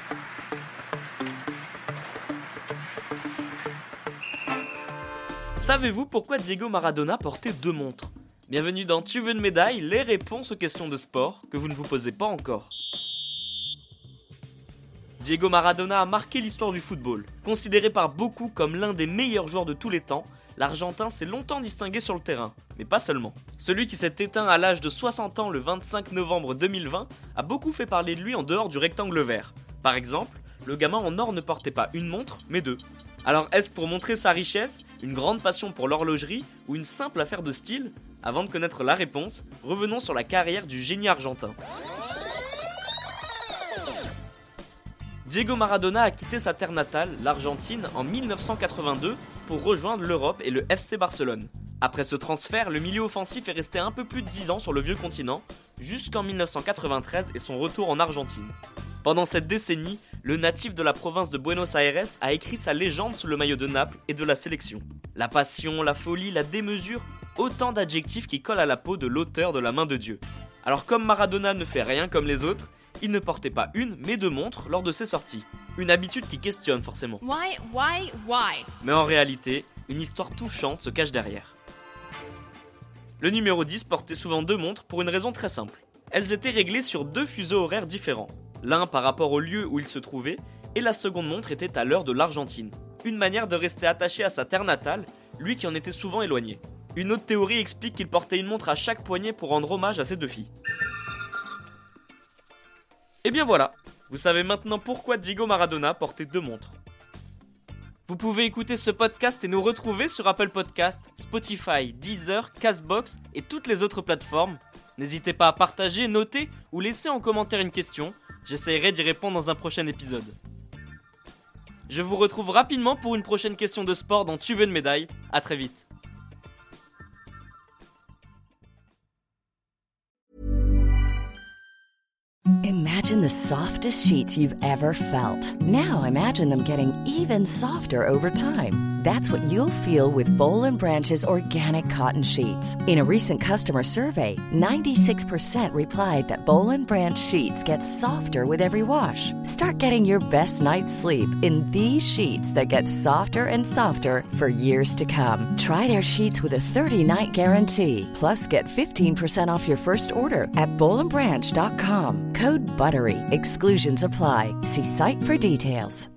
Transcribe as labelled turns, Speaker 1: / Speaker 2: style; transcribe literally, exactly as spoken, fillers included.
Speaker 1: Savez-vous pourquoi Diego Maradona portait deux montres ? Bienvenue dans Tu veux une médaille, les réponses aux questions de sport que vous ne vous posez pas encore. Diego Maradona a marqué l'histoire du football. Considéré par beaucoup comme l'un des meilleurs joueurs de tous les temps, l'Argentin s'est longtemps distingué sur le terrain, mais pas seulement. Celui qui s'est éteint à l'âge de soixante ans le vingt-cinq novembre deux mille vingt a beaucoup fait parler de lui en dehors du rectangle vert. Par exemple, le gamin en or ne portait pas une montre, mais deux. Alors est-ce pour montrer sa richesse, une grande passion pour l'horlogerie ou une simple affaire de style ? Avant de connaître la réponse, revenons sur la carrière du génie argentin. Diego Maradona a quitté sa terre natale, l'Argentine, en dix-neuf cent quatre-vingt-deux pour rejoindre l'Europe et le F C Barcelone. Après ce transfert, le milieu offensif est resté un peu plus de dix ans sur le vieux continent, jusqu'en dix-neuf cent quatre-vingt-treize et son retour en Argentine. Pendant cette décennie, le natif de la province de Buenos Aires a écrit sa légende sous le maillot de Naples et de la sélection. La passion, la folie, la démesure, autant d'adjectifs qui collent à la peau de l'auteur de la main de Dieu. Alors comme Maradona ne fait rien comme les autres, il ne portait pas une mais deux montres lors de ses sorties. Une habitude qui questionne forcément.
Speaker 2: Why, why, why ?
Speaker 1: Mais en réalité, une histoire touchante se cache derrière. Le numéro dix portait souvent deux montres pour une raison très simple. Elles étaient réglées sur deux fuseaux horaires différents. L'un par rapport au lieu où il se trouvait, et la seconde montre était à l'heure de l'Argentine. Une manière de rester attaché à sa terre natale, lui qui en était souvent éloigné. Une autre théorie explique qu'il portait une montre à chaque poignet pour rendre hommage à ses deux filles. Et bien voilà, vous savez maintenant pourquoi Diego Maradona portait deux montres. Vous pouvez écouter ce podcast et nous retrouver sur Apple Podcasts, Spotify, Deezer, Castbox et toutes les autres plateformes. N'hésitez pas à partager, noter ou laisser en commentaire une question. J'essaierai d'y répondre dans un prochain épisode. Je vous retrouve rapidement pour une prochaine question de sport dans Tu veux une médaille. À très vite.
Speaker 3: Imagine the softest sheets you've ever felt. Now imagine them getting even softer over time. That's what you'll feel with Boll and Branch's organic cotton sheets. In a recent customer survey, ninety-six percent replied that Boll and Branch sheets get softer with every wash. Start getting your best night's sleep in these sheets that get softer and softer for years to come. Try their sheets with a thirty-night guarantee. Plus, get fifteen percent off your first order at boll and branch dot com. Code BUTTERY. Exclusions apply. See site for details.